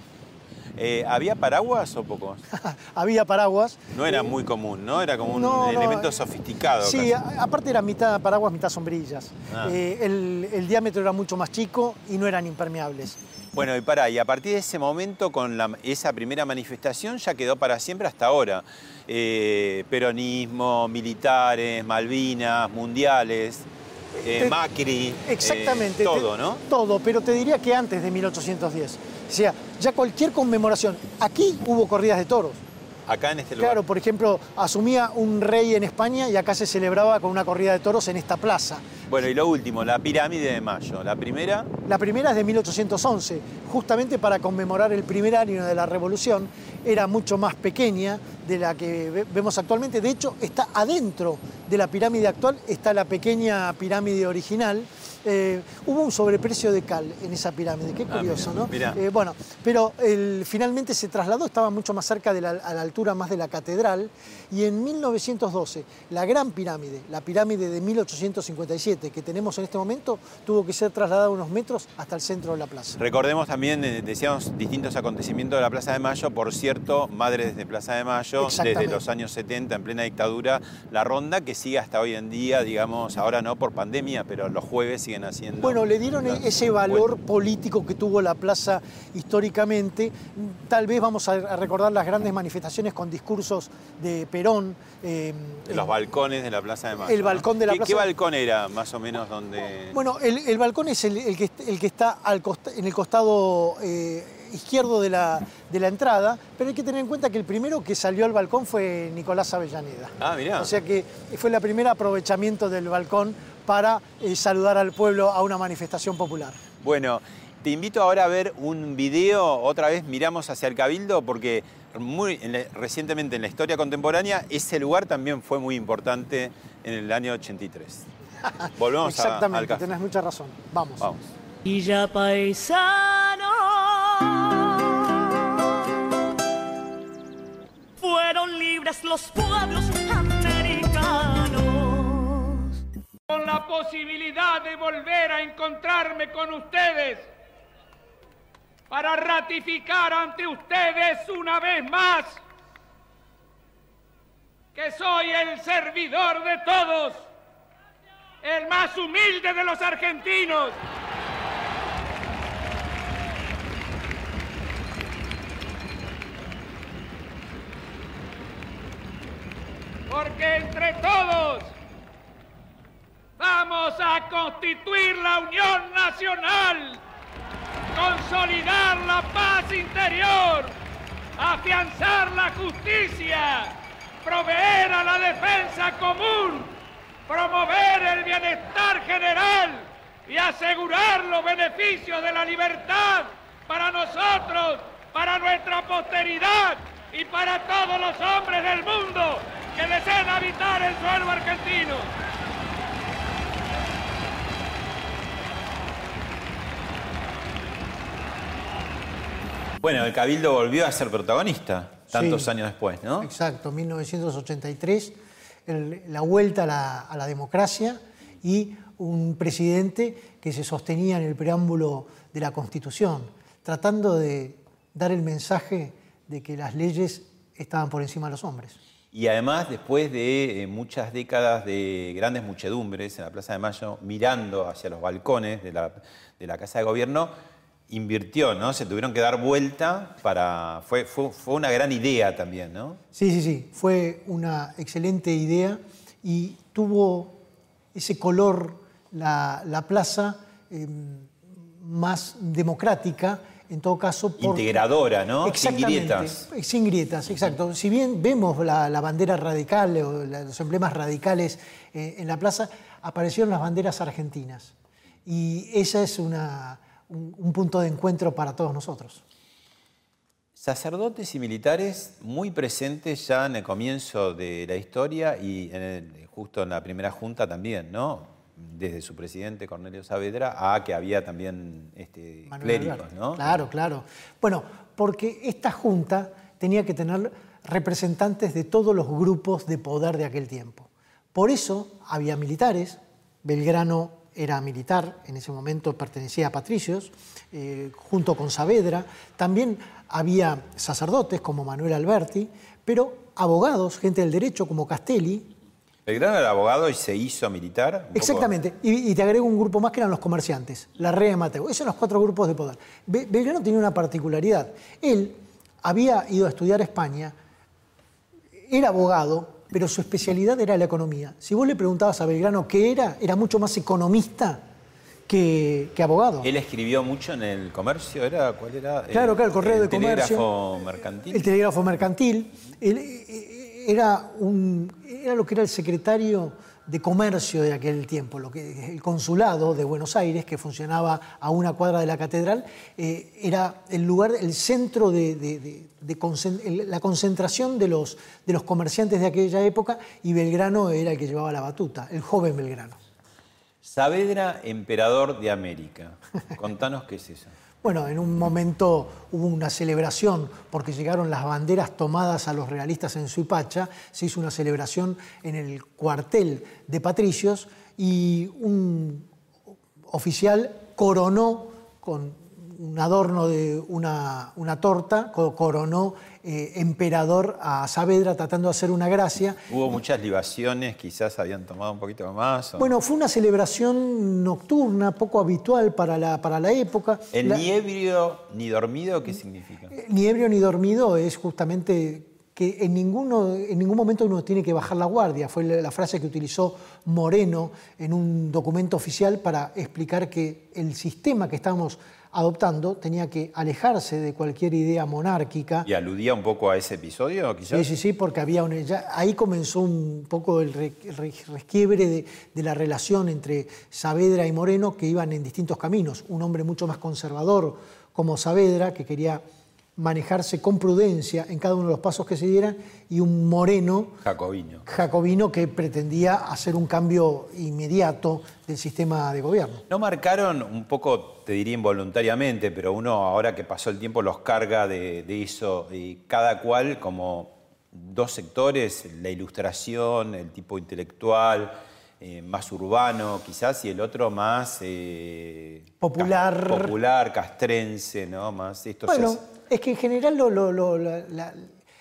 Eh, ¿Había paraguas o pocos?
Había paraguas.
No era muy común, ¿no? Era como un
No, no,
elemento
eh,
sofisticado.
Sí,
casi.
a- aparte era mitad paraguas, mitad sombrillas.
Ah.
Eh, el, el diámetro era mucho más chico y no eran impermeables.
Bueno, y pará, y a partir de ese momento, con la- esa primera manifestación, ya quedó para siempre hasta ahora. Eh, peronismo, militares, Malvinas, mundiales, eh,
Te-
Macri,
Exactamente.
eh, todo,
te-
¿no?
Todo, pero te diría que antes de mil ochocientos diez. O sea, ya cualquier conmemoración. Aquí hubo corridas de toros.
Acá en este lugar.
Claro, por ejemplo, asumía un rey en España y acá se celebraba con una corrida de toros en esta plaza.
Bueno, y lo último, la pirámide de Mayo. La primera,
La primera es de mil ochocientos once, justamente para conmemorar el primer año de la Revolución. Era mucho más pequeña de la que ve- vemos actualmente. De hecho, está adentro de la pirámide actual, está la pequeña pirámide original. Eh, hubo un sobreprecio de cal en esa pirámide, qué
Ah,
curioso,
mirá,
¿no?
mirá.
Eh, bueno, pero el- finalmente se trasladó, estaba mucho más cerca de la, a la altura más de la catedral, y en mil novecientos doce la gran pirámide, la pirámide de mil ochocientos cincuenta y siete que tenemos en este momento, tuvo que ser trasladada unos metros hasta el centro de la plaza.
recordemos también, eh, decíamos, distintos acontecimientos de la Plaza de Mayo. Por cierto, Madres de Plaza de Mayo, desde
Exactamente.
los años setenta, en plena dictadura, la ronda que sigue hasta hoy en día, digamos, ahora no por pandemia, pero los jueves siguen haciendo.
Bueno, le dieron
los
ese valor
encuentros.
político que tuvo la plaza históricamente. Tal vez vamos a a recordar las grandes manifestaciones con discursos de Perón. eh,
Los
eh,
balcones de la Plaza de Mayo.
El balcón de la
¿Qué,
Plaza-
¿Qué balcón era, más o menos, donde...?
Bueno, el, el balcón es el, el que, el que está al costa- en el costado eh, izquierdo de la, de la entrada, pero hay que tener en cuenta que el primero que salió al balcón fue Nicolás Avellaneda.
Ah, mirá.
O sea que fue el primer aprovechamiento del balcón para eh, saludar al pueblo a una manifestación popular.
Bueno, te invito ahora a ver un video. Otra vez miramos hacia el Cabildo porque muy, en la- recientemente en la historia contemporánea ese lugar también fue muy importante en el año ochenta y tres. Volvemos a, al
Exactamente,
caso.
tenés mucha razón. Vamos.
Vamos.
Y ya paisano fueron libres los pueblos americanos.
Con la posibilidad de volver a encontrarme con ustedes para ratificar ante ustedes una vez más que soy el servidor de todos, el más humilde de los argentinos. Porque entre todos vamos a constituir la Unión Nacional, consolidar la paz interior, afianzar la justicia, proveer a la defensa común, promover el bienestar general y asegurar los beneficios de la libertad para nosotros, para nuestra posteridad y para todos los hombres del mundo que deseen habitar el suelo argentino.
Bueno, el Cabildo volvió a ser protagonista tantos
Sí.
años después, ¿no?
Exacto, mil novecientos ochenta y tres, el- la vuelta a la, a la democracia y un presidente que se sostenía en el preámbulo de la Constitución, tratando de dar el mensaje de que las leyes estaban por encima de los hombres.
Y además, después de eh, muchas décadas de grandes muchedumbres en la Plaza de Mayo, mirando hacia los balcones de la, de la Casa de Gobierno, invirtió, ¿no? Se tuvieron que dar vuelta para... Fue, fue, fue una gran idea también, ¿no?
Sí, sí, sí. Fue una excelente idea y tuvo ese color la, la plaza eh, más democrática, en todo caso... Por...
Integradora, ¿no? Sin grietas.
Sin grietas, exacto. Si bien vemos la, la bandera radical o la, los emblemas radicales eh, en la plaza, aparecieron las banderas argentinas. Y esa es una... Un, un punto de encuentro para todos nosotros.
Sacerdotes y militares muy presentes ya en el comienzo de la historia y en el, justo en la primera junta también, ¿no? Desde su presidente Cornelio Saavedra a que había también este, clérigos, ¿no?
Claro, claro. Bueno, porque esta junta tenía que tener representantes de todos los grupos de poder de aquel tiempo. Por eso había militares. Belgrano era militar, en ese momento pertenecía a patricios, eh, junto con Saavedra. También había sacerdotes como Manuel Alberti, pero abogados, gente del derecho como Castelli.
Belgrano era abogado y se hizo militar.
Exactamente, y, y te agrego un grupo más que eran los comerciantes, la Rea Mateo. Esos son los cuatro grupos de poder. Be Belgrano tenía una particularidad. Él había ido a estudiar a España, era abogado, pero su especialidad era la economía. Si vos le preguntabas a Belgrano qué era, era mucho más economista que, que abogado.
Él escribió mucho en el comercio, ¿era? ¿Cuál era?
Claro, claro, el correo
el
de comercio.
El telégrafo mercantil.
El telégrafo mercantil. Él, era, un, era lo que era el secretario de comercio de aquel tiempo, lo que, el consulado de Buenos Aires, que funcionaba a una cuadra de la catedral, eh, era el lugar, el centro de, de, de, de concent la concentración de los, de los comerciantes de aquella época, y Belgrano era el que llevaba la batuta, el joven Belgrano.
Saavedra, emperador de América. Contanos qué es eso.
Bueno, en un momento hubo una celebración porque llegaron las banderas tomadas a los realistas en Suipacha, se hizo una celebración en el cuartel de patricios y un oficial coronó con un adorno de una, una torta, coronó eh, emperador a Saavedra tratando de hacer una gracia.
Hubo muchas libaciones, quizás habían tomado un poquito más. ¿O?
Bueno, fue una celebración nocturna, poco habitual para la, para la época.
¿El
la,
ni ebrio ni dormido qué significa?
Ni ebrio ni dormido es justamente que en, ninguno, en ningún momento uno tiene que bajar la guardia. Fue la, la frase que utilizó Moreno en un documento oficial para explicar que el sistema que estamos adoptando tenía que alejarse de cualquier idea monárquica.
¿Y aludía un poco a ese episodio, quizás?
Sí, sí, sí, porque había un, ya, ahí comenzó un poco el, re, el resquiebre de, de la relación entre Saavedra y Moreno, que iban en distintos caminos. Un hombre mucho más conservador como Saavedra, que quería manejarse con prudencia en cada uno de los pasos que se dieran, y un Moreno
jacobino,
jacobino que pretendía hacer un cambio inmediato del sistema de gobierno.
¿No marcaron un poco, te diría involuntariamente, pero uno ahora que pasó el tiempo los carga de, de eso, y cada cual como dos sectores, la ilustración, el tipo intelectual, eh, más urbano quizás, y el otro más eh,
popular,
ca popular, castrense, ¿no? Más esto.
Bueno,
se...
es que en general lo, lo, lo, la, la,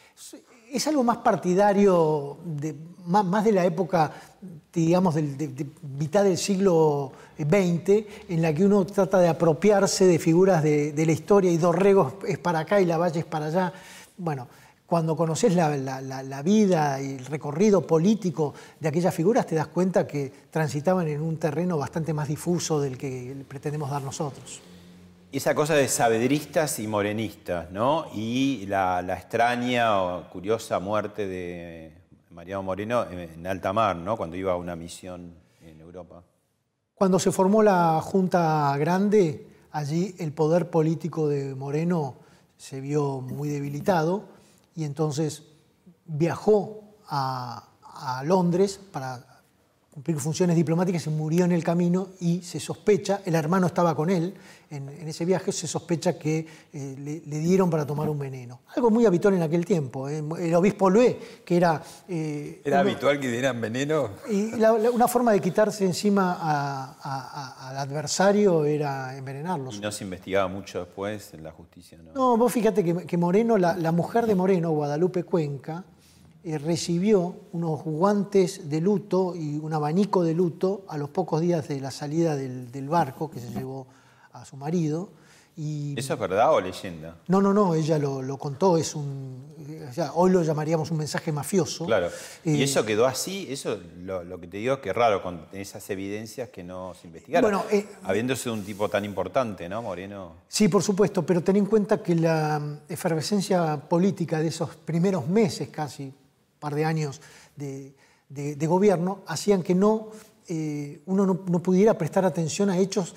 es algo más partidario, de, más, más de la época, digamos, de, de, de mitad del siglo veinte, en la que uno trata de apropiarse de figuras de, de la historia, y Dorrego es para acá y Lavalle es para allá. Bueno, cuando conoces la, la, la, la vida y el recorrido político de aquellas figuras, te das cuenta que transitaban en un terreno bastante más difuso del que pretendemos dar nosotros.
Esa cosa de saavedristas y morenistas, ¿no? Y la, la extraña o curiosa muerte de Mariano Moreno en alta mar, ¿no? Cuando iba a una misión en Europa.
Cuando se formó la Junta Grande, allí el poder político de Moreno se vio muy debilitado, y entonces viajó a, a Londres para cumplir funciones diplomáticas y murió en el camino, y se sospecha, el hermano estaba con él en, en ese viaje, se sospecha que eh, le, le dieron para tomar un veneno. Algo muy habitual en aquel tiempo. ¿eh? El obispo Lué, que era... Eh,
¿Era
uno,
habitual que dieran veneno?
Y la, la, una forma de quitarse encima a, a, a, al adversario era envenenarlo.
¿Y no se investigaba mucho después en la justicia? No,
no vos fíjate que, que Moreno, la, la mujer de Moreno, Guadalupe Cuenca, Eh, recibió unos guantes de luto y un abanico de luto a los pocos días de la salida del, del barco que se llevó a su marido, Y
¿Eso es verdad o leyenda?
No, no, no, ella lo, lo contó, es un, o sea, hoy lo llamaríamos un mensaje mafioso.
Claro. ¿Y
Eh,
eso quedó así? Eso lo, lo que te digo es que es raro con esas evidencias que no se investigaron.
Bueno, eh,
Habiendo sido un tipo tan importante, ¿no, Moreno?
Sí, por supuesto, pero ten en cuenta que la efervescencia política de esos primeros meses, casi un par de años de, de, de gobierno, hacían que no, eh, uno no, no pudiera prestar atención a hechos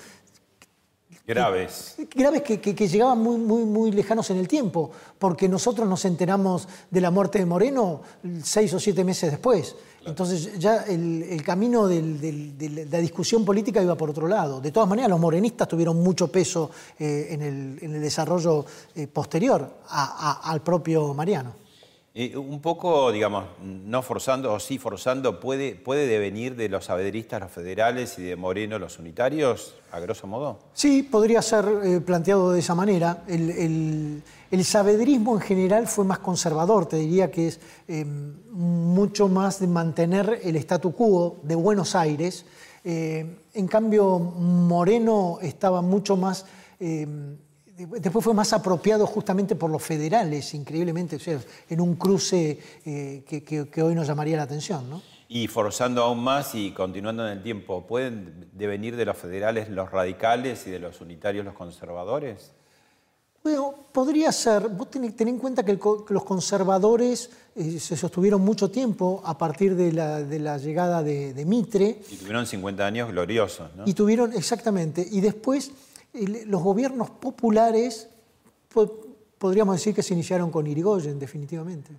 Graves.
graves que, que, que llegaban muy, muy, muy lejanos en el tiempo, porque nosotros nos enteramos de la muerte de Moreno seis o siete meses después. Claro. Entonces ya el, el camino del, del, de la discusión política iba por otro lado. De todas maneras, los morenistas tuvieron mucho peso eh, en, el, en el desarrollo eh, posterior a, a, al propio Mariano.
Eh, un poco, digamos, no forzando o sí forzando, ¿puede, ¿puede devenir de los saavedristas los federales y de Moreno los unitarios, a grosso modo?
Sí, podría ser eh, planteado de esa manera. El, el, el saavedrismo en general fue más conservador, te diría que es eh, mucho más de mantener el statu quo de Buenos Aires. Eh, en cambio, Moreno estaba mucho más... Eh, Después fue más apropiado justamente por los federales, increíblemente, o sea, en un cruce eh, que, que, que hoy nos llamaría la atención, ¿no?
Y forzando aún más y continuando en el tiempo, ¿pueden devenir de los federales los radicales y de los unitarios los conservadores?
Bueno, podría ser. Vos tenés, ten en cuenta que, el, que los conservadores eh, se sostuvieron mucho tiempo a partir de la, de la llegada de, de Mitre.
Y tuvieron cincuenta años gloriosos, ¿no?
Y tuvieron, exactamente, y después... Los gobiernos populares, podríamos decir que se iniciaron con Irigoyen, definitivamente.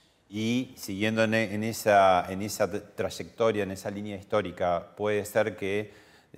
Y siguiendo en, en, esa, en esa trayectoria, en esa línea histórica, puede ser que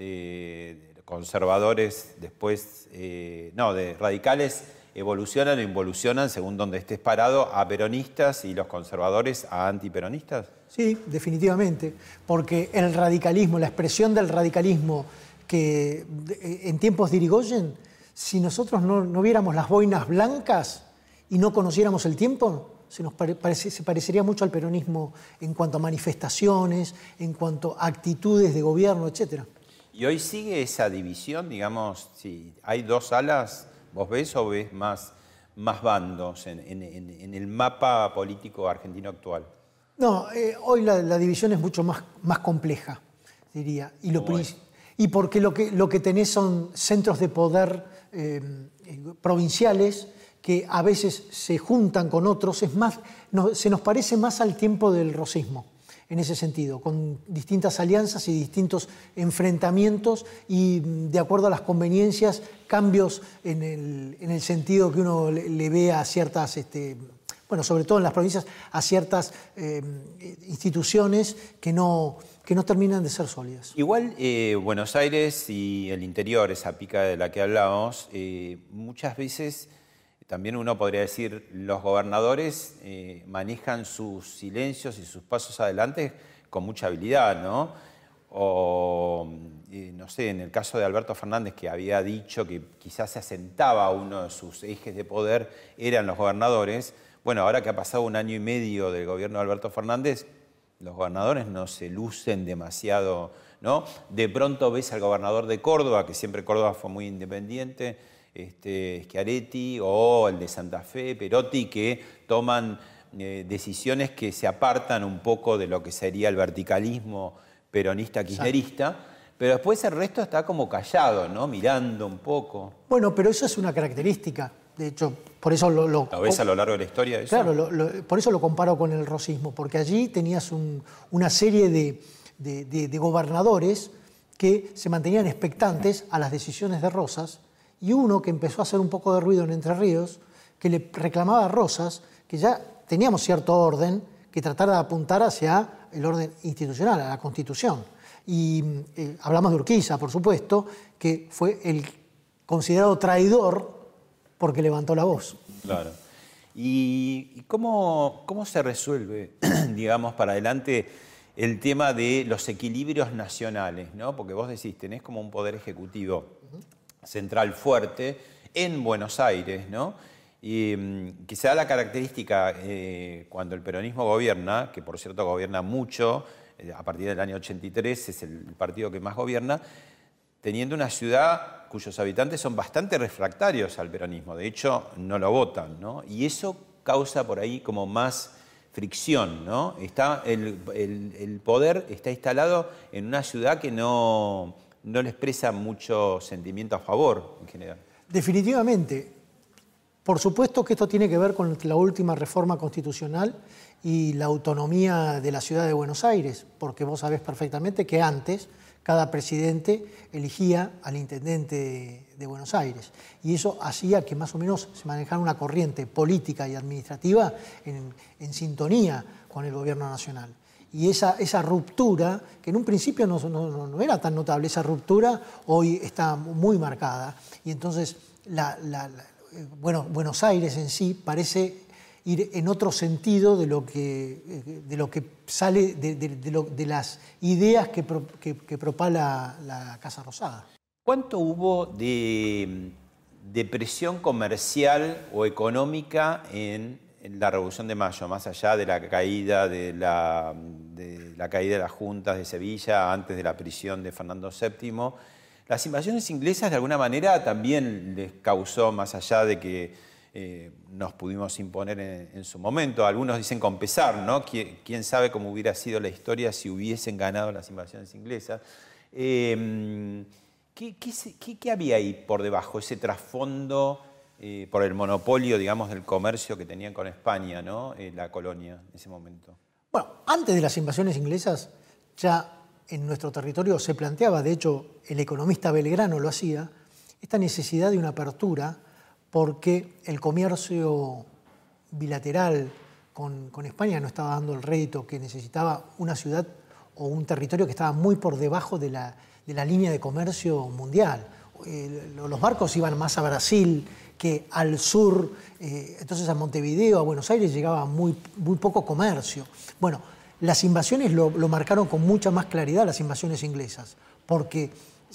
eh, conservadores después, eh, no, de radicales evolucionan o involucionan según donde estés parado a peronistas y los conservadores a antiperonistas.
Sí, definitivamente, porque el radicalismo, la expresión del radicalismo que en tiempos de Irigoyen, si nosotros no, no viéramos las boinas blancas y no conociéramos el tiempo, se nos pare, parece, se parecería mucho al peronismo en cuanto a manifestaciones, en cuanto a actitudes de gobierno, etcétera.
¿Y hoy sigue esa división, digamos, si hay dos alas, vos ves o ves más, más bandos en, en, en el mapa político argentino actual?
No, eh, hoy la, la división es mucho más, más compleja, diría. Y lo Y porque lo que, lo que tenés son centros de poder eh, provinciales que a veces se juntan con otros, es más, no, se nos parece más al tiempo del rosismo, en ese sentido, con distintas alianzas y distintos enfrentamientos y, de acuerdo a las conveniencias, cambios en el, en el sentido que uno le, le ve a ciertas... Este, bueno, sobre todo en las provincias, a ciertas eh, instituciones que no, que no terminan de ser sólidas.
Igual eh, Buenos Aires y el interior, esa pica de la que hablábamos, eh, muchas veces también uno podría decir los gobernadores eh, manejan sus silencios y sus pasos adelante con mucha habilidad, ¿no? O, eh, no sé, en el caso de Alberto Fernández, que había dicho que quizás se asentaba uno de sus ejes de poder, eran los gobernadores. Bueno, ahora que ha pasado un año y medio del gobierno de Alberto Fernández, los gobernadores no se lucen demasiado, ¿no? De pronto ves al gobernador de Córdoba, que siempre Córdoba fue muy independiente, este, Schiaretti, o el de Santa Fe, Perotti, que toman eh, decisiones que se apartan un poco de lo que sería el verticalismo peronista-kirchnerista, pero después el resto está como callado, ¿no? Mirando un poco.
Bueno, pero eso es una característica. De hecho, por eso lo... ¿Lo,
¿Lo ves a lo largo de la historia eso?
Claro, lo, lo, por eso lo comparo con el rosismo, porque allí tenías un, una serie de, de, de, de gobernadores que se mantenían expectantes a las decisiones de Rosas, y uno que empezó a hacer un poco de ruido en Entre Ríos, que le reclamaba a Rosas que ya teníamos cierto orden, que tratara de apuntar hacia el orden institucional, a la Constitución. Y eh, hablamos de Urquiza, por supuesto, que fue el considerado traidor porque levantó la voz.
Claro. ¿Y cómo, cómo se resuelve, digamos, para adelante el tema de los equilibrios nacionales, ¿no? Porque vos decís, tenés como un poder ejecutivo central fuerte en Buenos Aires, ¿no? Y um, que se da la característica eh, cuando el peronismo gobierna, que por cierto gobierna mucho, eh, a partir del año ochenta y tres es el partido que más gobierna, teniendo una ciudad cuyos habitantes son bastante refractarios al peronismo, de hecho no lo votan, ¿no? Y eso causa por ahí como más fricción, ¿no? Está el, el, el poder está instalado en una ciudad que no, no le expresa mucho sentimiento a favor en general.
Definitivamente. Por supuesto que esto tiene que ver con la última reforma constitucional y la autonomía de la ciudad de Buenos Aires, porque vos sabés perfectamente que antes cada presidente elegía al intendente de Buenos Aires. Y eso hacía que más o menos se manejara una corriente política y administrativa en, en sintonía con el gobierno nacional. Y esa, esa ruptura, que en un principio no, no, no era tan notable, esa ruptura hoy está muy marcada. Y entonces, la, la, la, bueno, Buenos Aires en sí parece ir en otro sentido de lo que, de lo que sale de, de, de, lo, de las ideas que, pro, que, que propala la Casa Rosada.
¿Cuánto hubo de, de presión comercial o económica en, en la Revolución de Mayo, más allá de la caída de la, de la caída de las juntas de Sevilla, antes de la prisión de Fernando séptimo? Las invasiones inglesas de alguna manera también les causó, más allá de que Eh, nos pudimos imponer en, en su momento. Algunos dicen con pesar, ¿no? ¿Quién, quién sabe cómo hubiera sido la historia si hubiesen ganado las invasiones inglesas? Eh, ¿qué, qué, qué, ¿Qué había ahí por debajo? Ese trasfondo eh, por el monopolio, digamos, del comercio que tenían con España, ¿no? Eh, la colonia en ese momento.
Bueno, antes de las invasiones inglesas ya en nuestro territorio se planteaba, de hecho el economista Belgrano lo hacía, esta necesidad de una apertura porque el comercio bilateral con, con España no estaba dando el rédito que necesitaba una ciudad o un territorio que estaba muy por debajo de la, de la línea de comercio mundial. Eh, los barcos iban más a Brasil que al sur, eh, entonces a Montevideo, a Buenos Aires llegaba muy, muy poco comercio. Bueno, las invasiones lo, lo marcaron con mucha más claridad, las invasiones inglesas, porque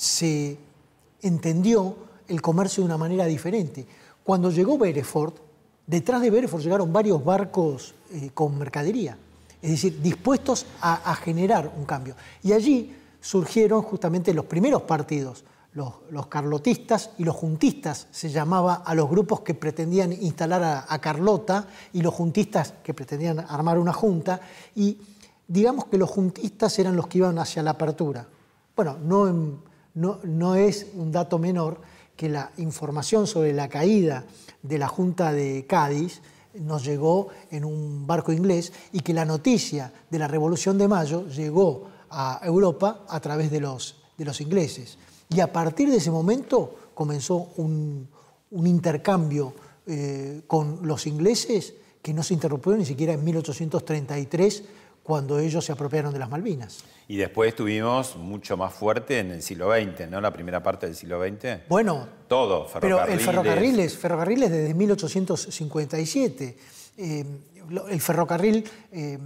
se entendió el comercio de una manera diferente. Cuando llegó Beresford, detrás de Beresford llegaron varios barcos eh, con mercadería, es decir, dispuestos a, a generar un cambio. Y allí surgieron justamente los primeros partidos, los, los carlotistas y los juntistas, se llamaba a los grupos que pretendían instalar a, a Carlota, y los juntistas que pretendían armar una junta, y digamos que los juntistas eran los que iban hacia la apertura. Bueno, no, no, no es un dato menor que la información sobre la caída de la Junta de Cádiz nos llegó en un barco inglés y que la noticia de la Revolución de Mayo llegó a Europa a través de los, de los ingleses. Y a partir de ese momento comenzó un, un intercambio eh, con los ingleses que no se interrumpió ni siquiera en mil ochocientos treinta y tres, cuando ellos se apropiaron de las Malvinas.
Y después tuvimos mucho más fuerte en el siglo veinte, ¿no? La primera parte del siglo veinte.
Bueno,
todo, ferrocarriles.
Pero el ferrocarriles, ferrocarriles desde mil ochocientos cincuenta y siete. Eh, el ferrocarril, eh,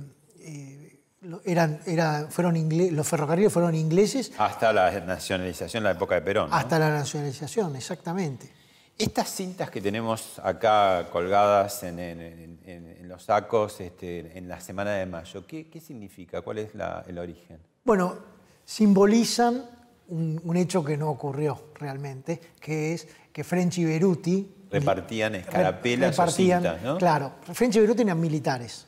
eh, eran, era, fueron ingle, los ferrocarriles fueron ingleses.
Hasta la nacionalización, la época de Perón, ¿no?
Hasta la nacionalización, exactamente.
Estas cintas que tenemos acá colgadas en, en, en, en los sacos este, en la Semana de Mayo, ¿qué, qué significa? ¿Cuál es la, el origen?
Bueno, simbolizan un, un hecho que no ocurrió realmente, que es que French y Beruti
repartían escarapelas
repartían,
o cintas, ¿no?
Claro, French y Beruti eran militares.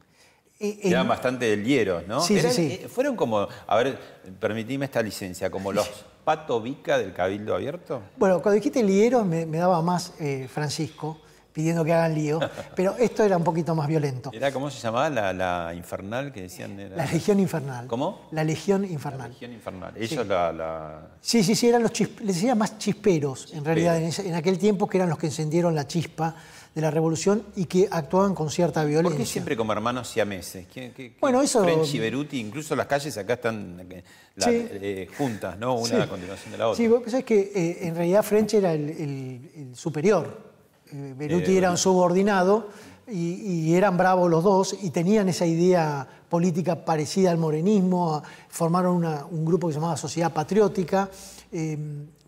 Eran el, bastante del hierro, ¿no?
Sí,
Eran,
sí, sí.
Fueron como, a ver, permitime esta licencia, como los Pato Vica del Cabildo Abierto.
Bueno, cuando dijiste liero me, me daba más eh, Francisco, pidiendo que hagan lío, pero esto era un poquito más violento.
¿Era cómo se llamaba la, la infernal que decían? Era...
La Legión Infernal.
¿Cómo?
La Legión Infernal.
La Legión Infernal. Ellos
sí.
la, la...
Sí, sí, sí, eran los chisp... les decía más chisperos, Chispero. En realidad, en, ese, en aquel tiempo, que eran los que encendieron la chispa de la revolución y que actuaban con cierta violencia.
¿Por qué siempre como hermanos siameses? ¿Qué, qué,
bueno, eso...
French y Beruti, incluso las calles acá están la, sí. eh, juntas, ¿no? Una sí. a continuación de la otra.
Sí, vos pensás que eh, en realidad French era el, el, el superior. Eh, Beruti eh, era un subordinado y, y eran bravos los dos y tenían esa idea política parecida al morenismo. Formaron una, un grupo que se llamaba Sociedad Patriótica. Eh,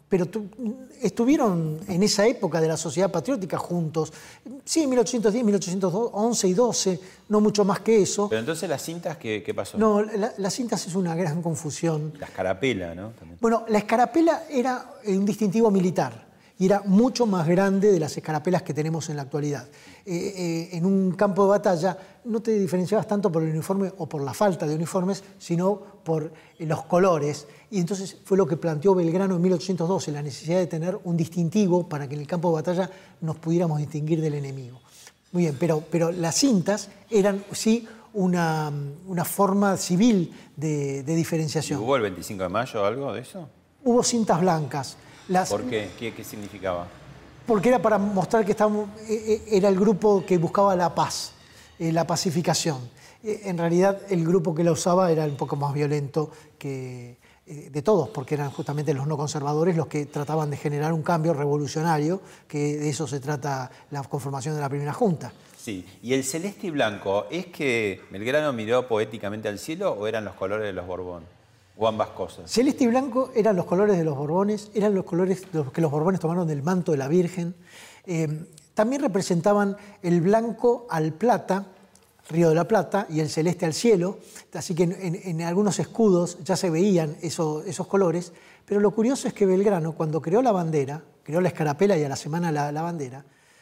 pero tu, estuvieron en esa época de la sociedad patriótica juntos. Sí, mil ochocientos diez, mil ochocientos once y doce, no mucho más que eso.
Pero entonces las cintas, ¿qué, qué pasó?
No, la, las cintas es una gran confusión.
La escarapela, ¿no? También.
Bueno, la escarapela era un distintivo militar y era mucho más grande de las escarapelas que tenemos en la actualidad. Eh, eh, en un campo de batalla no te diferenciabas tanto por el uniforme o por la falta de uniformes, sino por eh, los colores. Y entonces fue lo que planteó Belgrano en mil ochocientos doce, la necesidad de tener un distintivo para que en el campo de batalla nos pudiéramos distinguir del enemigo. Muy bien, pero, pero las cintas eran, sí, una, una forma civil de, de diferenciación.
¿Y hubo el veinticinco de mayo algo de eso?
Hubo cintas blancas. Las,
¿Por qué? qué? ¿Qué significaba?
Porque era para mostrar que estábamos, era el grupo que buscaba la paz, la pacificación. En realidad el grupo que la usaba era un poco más violento que de todos, porque eran justamente los no conservadores los que trataban de generar un cambio revolucionario, que de eso se trata la conformación de la primera junta.
Sí, y el celeste y blanco, ¿es que Belgrano miró poéticamente al cielo o eran los colores de los Borbón? ¿O ambas cosas?
Celeste y blanco eran los colores de los Borbones, eran los colores los que los Borbones tomaron del manto de la Virgen. Eh, también representaban el blanco al plata, Río de la Plata, y el celeste al cielo, así que en, en, en algunos escudos ya se veían eso, esos colores, pero lo curioso es que Belgrano, cuando creó la bandera, creó la escarapela y a la semana la, la bandera,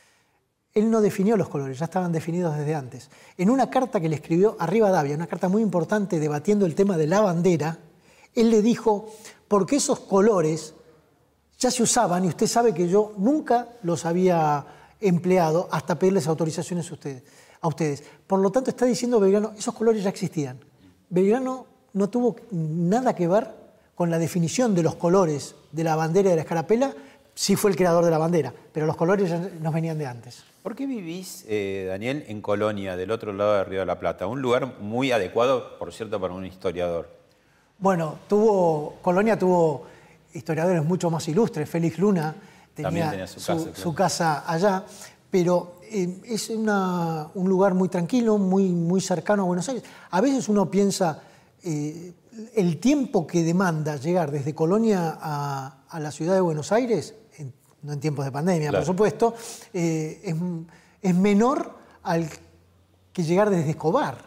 él no definió los colores, ya estaban definidos desde antes. En una carta que le escribió a Rivadavia, una carta muy importante debatiendo el tema de la bandera, él le dijo, porque esos colores ya se usaban y usted sabe que yo nunca los había empleado hasta pedirles autorizaciones a ustedes. A ustedes. Por lo tanto, está diciendo Belgrano, esos colores ya existían. Belgrano no tuvo nada que ver con la definición de los colores de la bandera y de la escarapela, sí fue el creador de la bandera, pero los colores ya nos venían de antes.
¿Por qué vivís, eh, Daniel, en Colonia, del otro lado del Río de la Plata? Un lugar muy adecuado, por cierto, para un historiador.
Bueno, tuvo, Colonia tuvo historiadores mucho más ilustres. Félix Luna tenía,
tenía su,
su,
casa, claro.
su casa allá, pero eh, es una, un lugar muy tranquilo, muy, muy cercano a Buenos Aires. A veces uno piensa eh, el tiempo que demanda llegar desde Colonia a, a la ciudad de Buenos Aires, en, no en tiempos de pandemia, claro, por supuesto, eh, es, es menor al que llegar desde Escobar.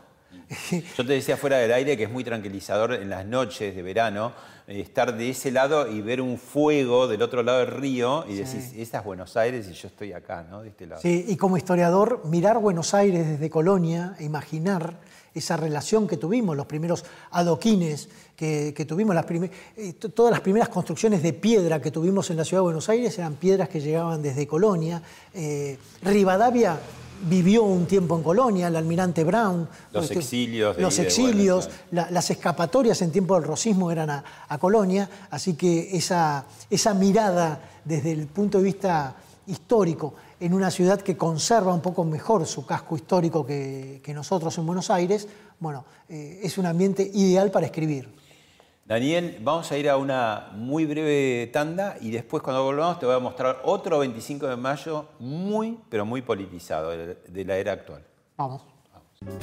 Yo te decía fuera del aire que es muy tranquilizador en las noches de verano eh, estar de ese lado y ver un fuego del otro lado del río y sí, decís, esa es Buenos Aires y yo estoy acá, ¿no? De este lado.
Sí, y como historiador, mirar Buenos Aires desde Colonia e imaginar esa relación que tuvimos, los primeros adoquines que, que tuvimos, las primer, eh, todas las primeras construcciones de piedra que tuvimos en la ciudad de Buenos Aires eran piedras que llegaban desde Colonia. Eh, Rivadavia vivió un tiempo en Colonia, el almirante Brown.
Los exilios. De
los exilios, bueno, la, las escapatorias en tiempo del rosismo eran a, a Colonia, así que esa, esa mirada desde el punto de vista histórico en una ciudad que conserva un poco mejor su casco histórico que, que nosotros en Buenos Aires, bueno, eh, es un ambiente ideal para escribir.
Daniel, vamos a ir a una muy breve tanda y después cuando volvamos te voy a mostrar otro veinticinco de mayo muy, pero muy politizado de, de la era actual.
Vamos.
Vamos.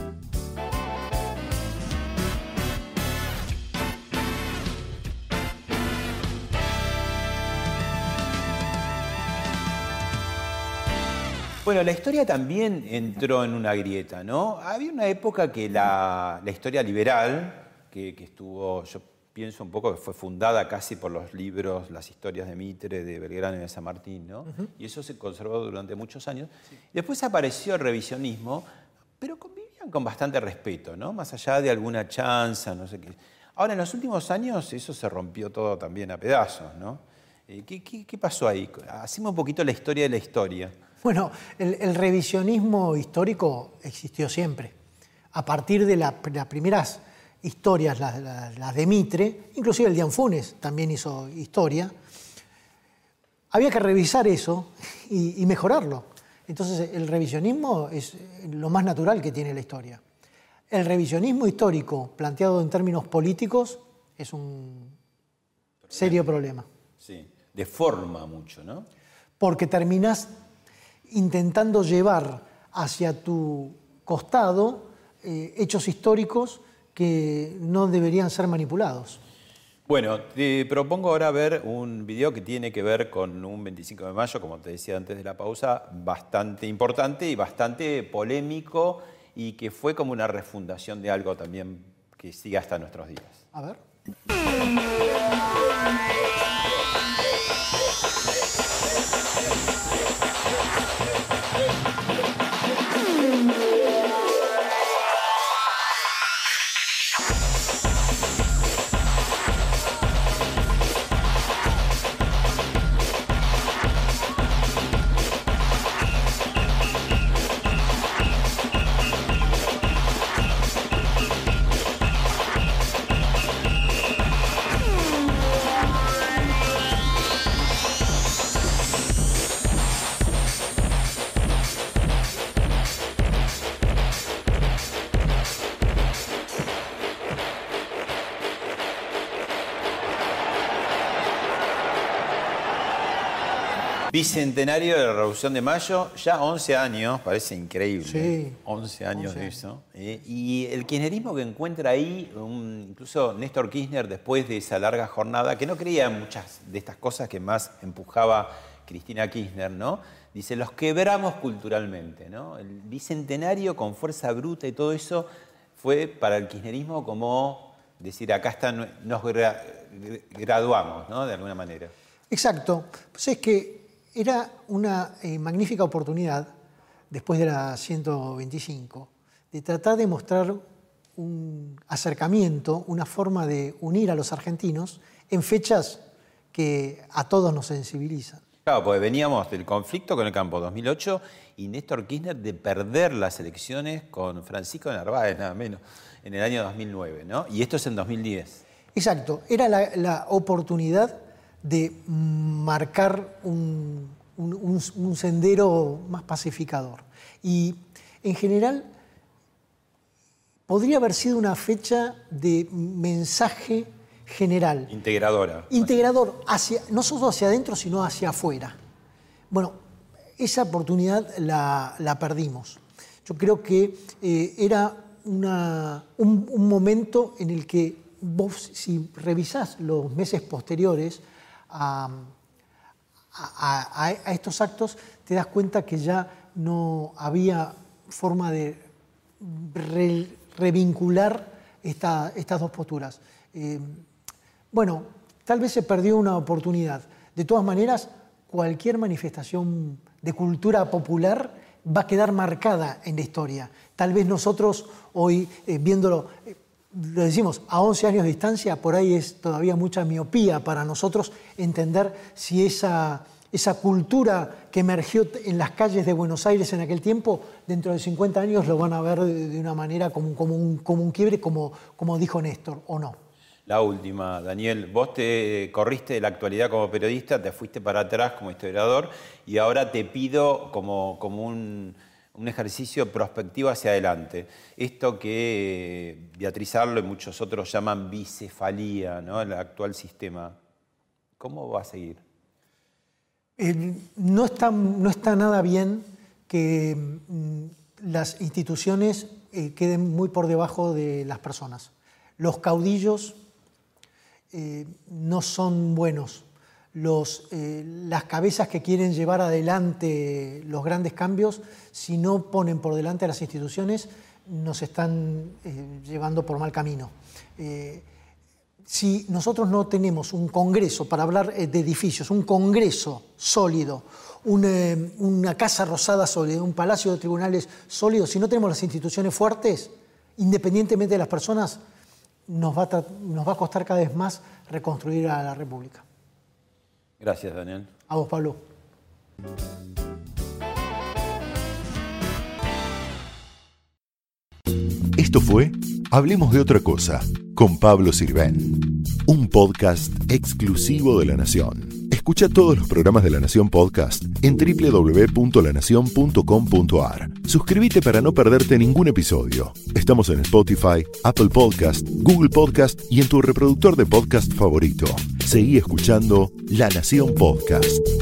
Bueno, la historia también entró en una grieta, ¿no? Había una época que la, la historia liberal, Que, que estuvo, yo pienso un poco que fue fundada casi por los libros, las historias de Mitre, de Belgrano y de San Martín, ¿no? Uh-huh. Y eso se conservó durante muchos años. Sí. Después apareció el revisionismo, pero convivían con bastante respeto, ¿no? Más allá de alguna chanza, no sé qué. Ahora, en los últimos años eso se rompió todo también a pedazos, ¿no? Eh, ¿qué, qué, ¿Qué pasó ahí? Hacemos un poquito la historia de la historia.
Bueno, el, el revisionismo histórico existió siempre. A partir de la, las primeras historias, las, las, las de Mitre, inclusive el Dian Funes también hizo historia, había que revisar eso y, y mejorarlo. Entonces el revisionismo es lo más natural que tiene la historia. El revisionismo histórico planteado en términos políticos es un serio problema.
Sí, deforma mucho, ¿no?
Porque terminás intentando llevar hacia tu costado eh, hechos históricos que no deberían ser manipulados.
Bueno, te propongo ahora ver un video que tiene que ver con un veinticinco de mayo, como te decía antes de la pausa, bastante importante y bastante polémico y que fue como una refundación de algo también que sigue hasta nuestros días.
A ver.
Bicentenario de la Revolución de Mayo, ya once años, parece increíble.
Sí.
once años
once.
de eso. ¿eh? Y el kirchnerismo que encuentra ahí, un, incluso Néstor Kirchner, después de esa larga jornada, que no creía en muchas de estas cosas que más empujaba Cristina Kirchner, ¿no? Dice, los quebramos culturalmente, ¿no? El bicentenario con fuerza bruta y todo eso fue para el kirchnerismo como decir, acá está, nos gra graduamos, ¿no? De alguna manera.
Exacto. Pues es que era una eh, magnífica oportunidad, después de la ciento veinticinco, de tratar de mostrar un acercamiento, una forma de unir a los argentinos en fechas que a todos nos sensibilizan.
Claro, porque veníamos del conflicto con el campo dos mil ocho y Néstor Kirchner de perder las elecciones con Francisco Narváez, nada menos, en el año dos mil nueve, ¿no? Y esto es en dos mil diez.
Exacto. Era la, la oportunidad de marcar un, un, un, un sendero más pacificador. Y en general podría haber sido una fecha de mensaje general.
Integradora.
Integrador, hacia, no solo hacia adentro, sino hacia afuera. Bueno, esa oportunidad la, la perdimos. Yo creo que eh, era una, un, un momento en el que vos, si revisás los meses posteriores a, a, a estos actos, te das cuenta que ya no había forma de re, revincular esta, estas dos posturas. Eh, bueno, tal vez se perdió una oportunidad. De todas maneras, cualquier manifestación de cultura popular va a quedar marcada en la historia. Tal vez nosotros hoy, eh, viéndolo, eh, lo decimos, a once años de distancia, por ahí es todavía mucha miopía para nosotros entender si esa, esa cultura que emergió en las calles de Buenos Aires en aquel tiempo, dentro de cincuenta años lo van a ver de una manera como, como, un, como un quiebre, como, como dijo Néstor, ¿o no?
La última, Daniel, vos te corriste de la actualidad como periodista, te fuiste para atrás como historiador y ahora te pido como, como un, un ejercicio prospectivo hacia adelante. Esto que Beatriz Arlo y muchos otros llaman bicefalía, ¿no? El actual sistema. ¿Cómo va a seguir?
Eh, no está, no está nada bien que mm, las instituciones eh, queden muy por debajo de las personas. Los caudillos Eh, no son buenos. Los, eh, las cabezas que quieren llevar adelante los grandes cambios, si no ponen por delante a las instituciones, nos están eh, llevando por mal camino. Eh, si nosotros no tenemos un congreso, para hablar de edificios, un congreso sólido, un, eh, una casa rosada sólida, un palacio de tribunales sólido, si no tenemos las instituciones fuertes, independientemente de las personas, Nos va, a, nos va a costar cada vez más reconstruir a la República.
Gracias, Daniel.
A vos, Pablo.
Esto fue Hablemos de otra cosa, con Pablo Sirven, un podcast exclusivo de La Nación. Escucha todos los programas de La Nación Podcast en doble u doble u doble u punto la nación punto com punto a r. Suscríbete para no perderte ningún episodio. Estamos en Spotify, Apple Podcast, Google Podcast y en tu reproductor de podcast favorito. Seguí escuchando La Nación Podcast.